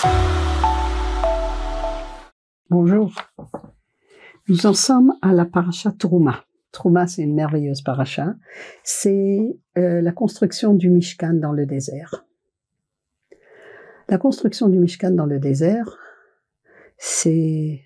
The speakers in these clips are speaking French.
Bonjour, nous en sommes à la paracha Trouma. Trouma, c'est une merveilleuse paracha. C'est la construction du Mishkan dans le désert. La construction du Mishkan dans le désert, c'est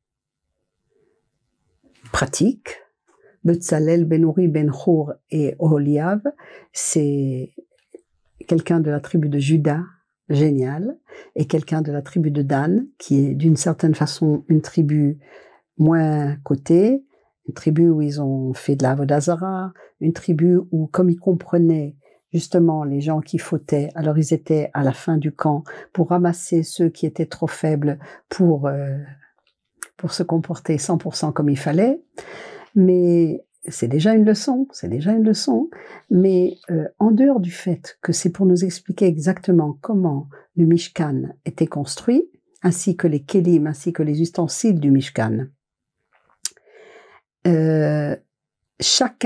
pratique. Betzalel, Ben Uri, Ben Hur et Oholiav, c'est quelqu'un de la tribu de Juda, génial, et quelqu'un de la tribu de Dan, qui est d'une certaine façon une tribu moins cotée, une tribu où ils ont fait de la Avodah Zara, une tribu où, comme ils comprenaient justement les gens qui fautaient, alors ils étaient à la fin du camp pour ramasser ceux qui étaient trop faibles pour se comporter 100% comme il fallait. Mais c'est déjà une leçon, mais en dehors du fait que c'est pour nous expliquer exactement comment le Mishkan était construit, ainsi que les kelim, ainsi que les ustensiles du Mishkan, chaque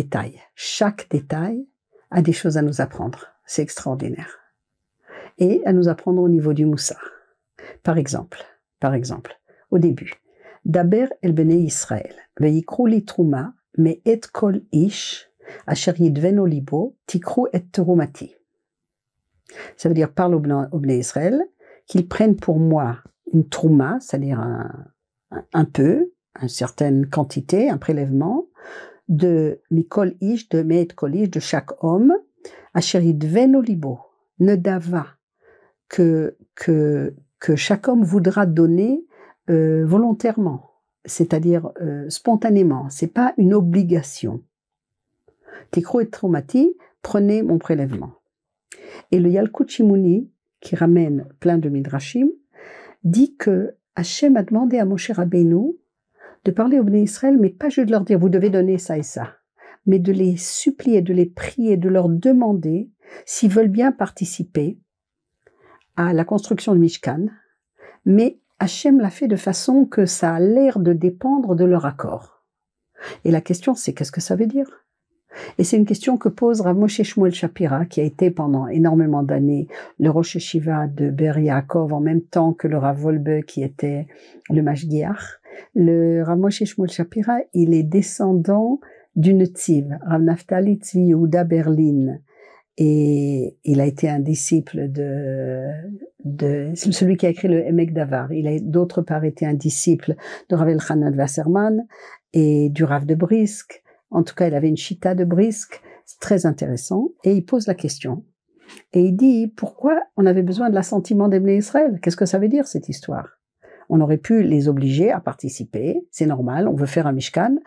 détail a des choses à nous apprendre. C'est extraordinaire. Et à nous apprendre au niveau du Moussar. Par exemple, au début, Daber el Bnei Israël, ve'yikru li truma, mais et kol ish, asher yidveno libo, tikru et terumati. Ça veut dire, parle au Bnei Israël, qu'ils prennent pour moi une trouma, c'est-à-dire un peu, une certaine quantité, un prélèvement, de mikol ish, de me'et kol ish, de chaque homme, asher yidveno libo, ne dava, que chaque homme voudra donner volontairement, c'est-à-dire spontanément, c'est pas une obligation. Tikru et Terumati, prenez mon prélèvement. Et le Yalkut Shimoni, qui ramène plein de midrashim, dit que Hachem a demandé à Moshe Rabbeinu de parler au Bnei Israël, mais pas juste de leur dire vous devez donner ça et ça, mais de les supplier, de les prier, de leur demander s'ils veulent bien participer à la construction du Mishkan, mais Hachem l'a fait de façon que ça a l'air de dépendre de leur accord. Et la question, c'est qu'est-ce que ça veut dire? Et c'est une question que pose Rav Moshe Shmuel Shapira, qui a été pendant énormément d'années le Rosh Yeshiva de Ber Yaakov, en même temps que le Rav Wolbe, qui était le Mashgiach. Le Rav Moshe Shmuel Shapira, il est descendant d'une Tziv, Rav Naftali Tzvi Yehuda Berlin. Et il a été un disciple de celui qui a écrit le Emek Davar. Il a d'autre part été un disciple de Rav Elchanan Wasserman et du Rav de Brisk. En tout cas, il avait une chita de Brisk. C'est très intéressant. Et il pose la question. Et il dit, pourquoi on avait besoin de l'assentiment des Bnei Israël? Qu'est-ce que ça veut dire, cette histoire? On aurait pu les obliger à participer. C'est normal, on veut faire un Mishkan.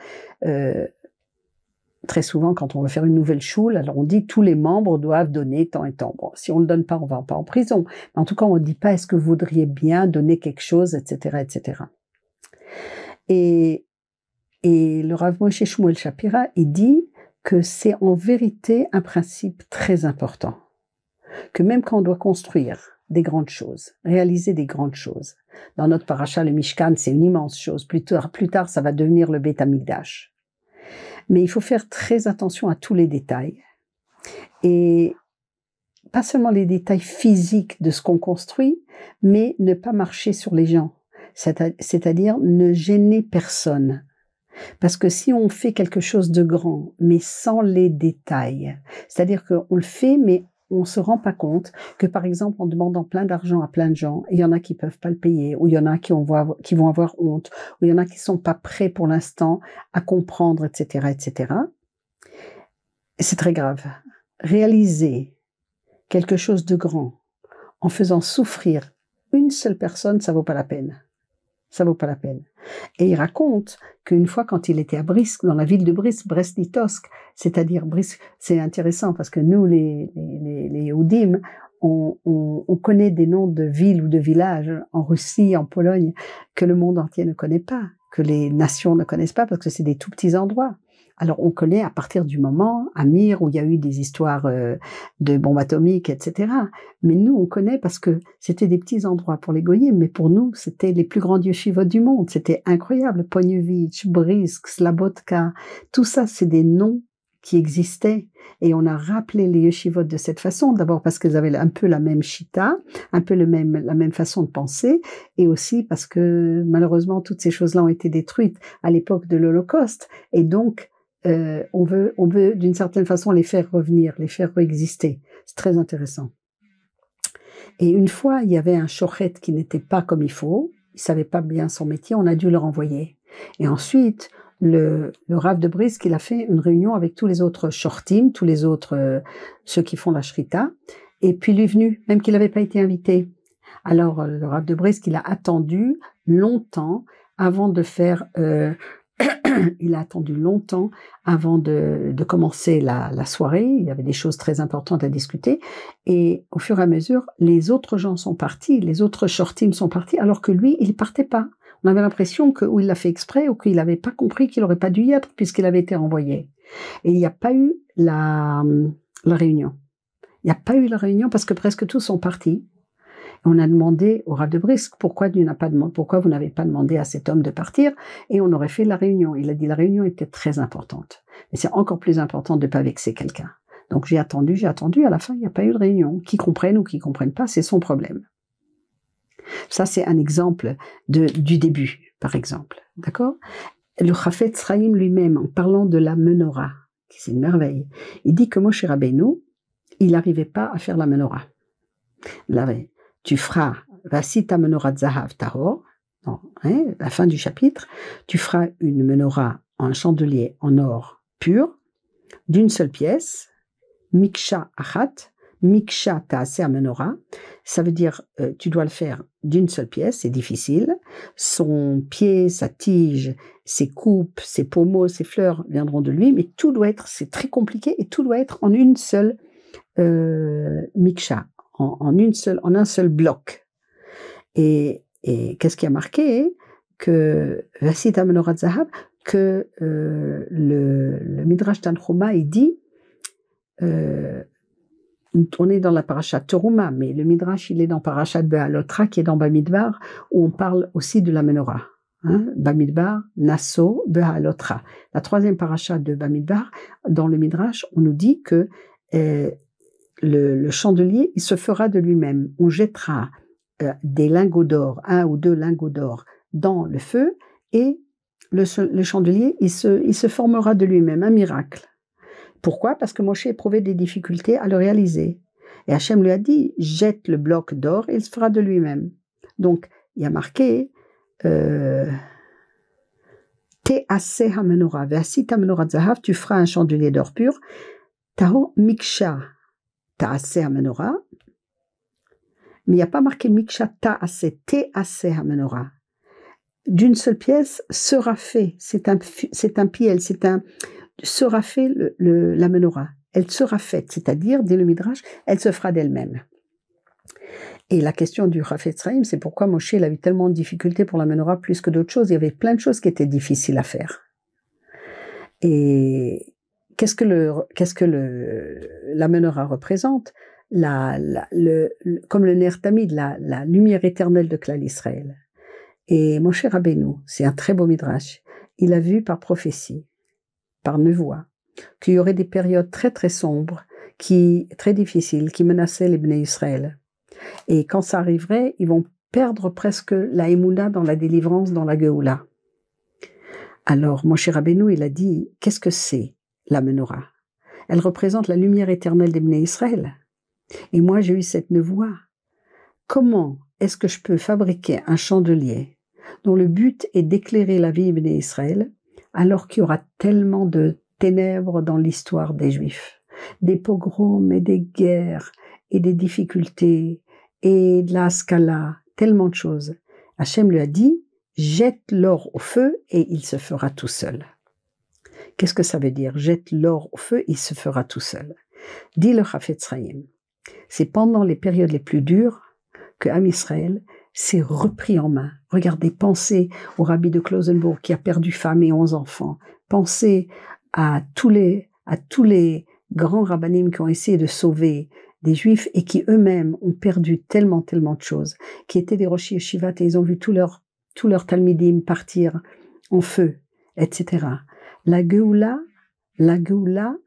Très souvent, quand on veut faire une nouvelle choule, alors on dit tous les membres doivent donner tant et tant. Bon, si on ne le donne pas, on va pas en prison. Mais en tout cas, on ne dit pas est-ce que vous voudriez bien donner quelque chose, etc., etc. Et le Rav Moshe Shmuel Shapira, il dit que c'est en vérité un principe très important. Que même quand on doit construire des grandes choses, réaliser des grandes choses. Dans notre paracha, le Mishkan, c'est une immense chose. Plus tard, ça va devenir le Beit Hamikdash. Mais il faut faire très attention à tous les détails. Et pas seulement les détails physiques de ce qu'on construit, mais ne pas marcher sur les gens. C'est-à-dire ne gêner personne. Parce que si on fait quelque chose de grand, mais sans les détails, c'est-à-dire qu'on le fait, mais on se rend pas compte que, par exemple, en demandant plein d'argent à plein de gens, il y en a qui peuvent pas le payer, ou il y en a qui vont avoir honte, ou il y en a qui sont pas prêts pour l'instant à comprendre, etc., etc. Et c'est très grave. Réaliser quelque chose de grand en faisant souffrir une seule personne, ça vaut pas la peine. Ça vaut pas la peine. Et il raconte qu'une fois, quand il était à Brisk, dans la ville de Brisk, Brest-Litovsk, c'est-à-dire Brisk, c'est intéressant parce que nous, les Yehudim, on connaît des noms de villes ou de villages en Russie, en Pologne, que le monde entier ne connaît pas, que les nations ne connaissent pas parce que c'est des tout petits endroits. Alors on connaît à partir du moment, à Mir, où il y a eu des histoires de bombes atomiques, etc. Mais nous, on connaît parce que c'était des petits endroits pour les goyim, mais pour nous, c'était les plus grands yeshivot du monde. C'était incroyable. Ponyevitch, Brisk, Slabotka, tout ça, c'est des noms qui existaient. Et on a rappelé les yeshivot de cette façon, d'abord parce qu'elles avaient un peu la même shita, un peu la même façon de penser, et aussi parce que malheureusement toutes ces choses-là ont été détruites à l'époque de l'Holocauste, et donc on veut d'une certaine façon les faire revenir, les faire réexister. C'est très intéressant. Et une fois, il y avait un shochet qui n'était pas comme il faut, il savait pas bien son métier, on a dû le renvoyer. Et ensuite, le Rav de Brisk, il a fait une réunion avec tous les autres shortim, tous les autres, ceux qui font la shrita, et puis il est venu, même qu'il n'avait pas été invité. Alors, le Rav de Brisk, il a attendu longtemps avant de faire, il a attendu longtemps avant de commencer la soirée. Il y avait des choses très importantes à discuter. Et au fur et à mesure, les autres gens sont partis, les autres shortim sont partis, alors que lui, il ne partait pas. On avait l'impression que ou il l'a fait exprès ou qu'il n'avait pas compris qu'il n'aurait pas dû y être puisqu'il avait été renvoyé. Et il n'y a pas eu la réunion. Il n'y a pas eu la réunion parce que presque tous sont partis. On a demandé au Rav de Brisk pourquoi vous n'avez pas demandé à cet homme de partir, et on aurait fait la réunion. Il a dit la réunion était très importante. Mais c'est encore plus important de ne pas vexer quelqu'un. Donc j'ai attendu, à la fin il n'y a pas eu de réunion. Qui comprenne ou qui comprenne pas, c'est son problème. Ça, c'est un exemple du début, par exemple. D'accord? Le Chafetz Chaim lui-même, en parlant de la menorah, qui c'est une merveille, il dit que Moshe Rabbeinu, il n'arrivait pas à faire la menorah. Tu feras Vasita menorah zahav tahor, la fin du chapitre, tu feras une menorah en chandelier en or pur, d'une seule pièce, miksha achat, miksha ta'aser menorah, ça veut dire tu dois le faire d'une seule pièce, c'est difficile. Son pied, sa tige, ses coupes, ses pommeaux, ses fleurs viendront de lui, mais tout doit être, c'est très compliqué, et tout doit être en une seule miksha, en un seul bloc. Et qu'est-ce qui a marqué que Vasita menorah zahav, que le Midrash Tanchuma, il dit on est dans la parashat Teruma, mais le Midrash, il est dans parashat Be'alotra, qui est dans Bamidbar, où on parle aussi de la menorah. Bamidbar, Nasso, Be'alotra. La troisième parashat de Bamidbar, dans le Midrash, on nous dit que le chandelier, il se fera de lui-même. On jettera des lingots d'or, 1 ou 2 lingots d'or, dans le feu, et le chandelier, il se formera de lui-même, un miracle. Pourquoi? Parce que Moshe éprouvait des difficultés à le réaliser. Et Hachem lui a dit, jette le bloc d'or et il se fera de lui-même. Donc, il y a marqué, Te'aseh ha-menorah, ve'asita menorah zahav, tu feras un chandelier d'or pur, Taho miksha, Te'aseh ha-menorah, mais il n'y a pas marqué miksha ta'aseh, Te'aseh ha-menorah. D'une seule pièce sera fait, c'est un piel, sera fait la menorah. Elle sera faite, c'est-à-dire, dit le Midrash, elle se fera d'elle-même. Et la question du Chafetz Chaim, c'est pourquoi Moshe a eu tellement de difficultés pour la menorah plus que d'autres choses. Il y avait plein de choses qui étaient difficiles à faire. Et qu'est-ce que la menorah représente? Comme le Ner Tamid, la lumière éternelle de Klal Israël. Et Moshe Rabbeinu, c'est un très beau Midrash, il a vu par prophétie, par nevoie, qu'il y aurait des périodes très très sombres, très difficiles, qui menaçaient les Bnei Israël. Et quand ça arriverait, ils vont perdre presque la Emouna dans la délivrance, dans la Géoula. Alors Moshe Rabbeinu, il a dit, qu'est-ce que c'est la menorah? Elle représente la lumière éternelle des Bnei Israël. Et moi j'ai eu cette nevoie. Comment est-ce que je peux fabriquer un chandelier dont le but est d'éclairer la vie Bnei Israël, alors qu'il y aura tellement de ténèbres dans l'histoire des Juifs, des pogroms et des guerres et des difficultés et de la haskala, tellement de choses. Hachem lui a dit, jette l'or au feu et il se fera tout seul. Qu'est-ce que ça veut dire? Jette l'or au feu, il se fera tout seul. Dit le Chafetz Chaim, c'est pendant les périodes les plus dures que Am Israël s'est repris en main. Regardez, pensez au rabbi de Klausenbourg qui a perdu femme et 11 enfants. Pensez à tous les grands rabbinim qui ont essayé de sauver des juifs et qui eux-mêmes ont perdu tellement de choses, qui étaient des rochers yeshivat et ils ont vu tous leurs talmidim partir en feu, etc. La Géoula,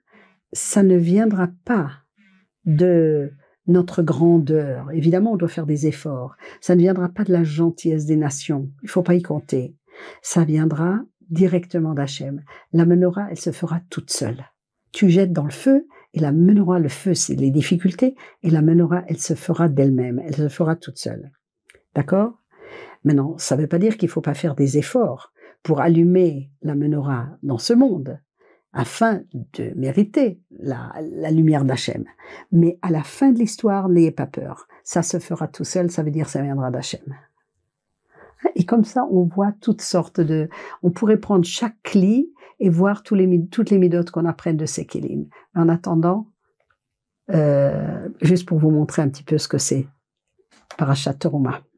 ça ne viendra pas de notre grandeur. Évidemment, on doit faire des efforts. Ça ne viendra pas de la gentillesse des nations. Il ne faut pas y compter. Ça viendra directement d'Hachem. La menorah, elle se fera toute seule. Tu jettes dans le feu, et la menorah, le feu, c'est les difficultés, et la menorah, elle se fera d'elle-même. Elle se fera toute seule. D'accord? Maintenant, ça ne veut pas dire qu'il ne faut pas faire des efforts pour allumer la menorah dans ce monde, afin de mériter la lumière d'Hachem. Mais à la fin de l'histoire, n'ayez pas peur. Ça se fera tout seul, ça veut dire que ça viendra d'Hachem. Et comme ça, on voit toutes sortes de... On pourrait prendre chaque kli et voir toutes les midotes qu'on apprenne de ces kelim. En attendant, juste pour vous montrer un petit peu ce que c'est, Parashat Teruma.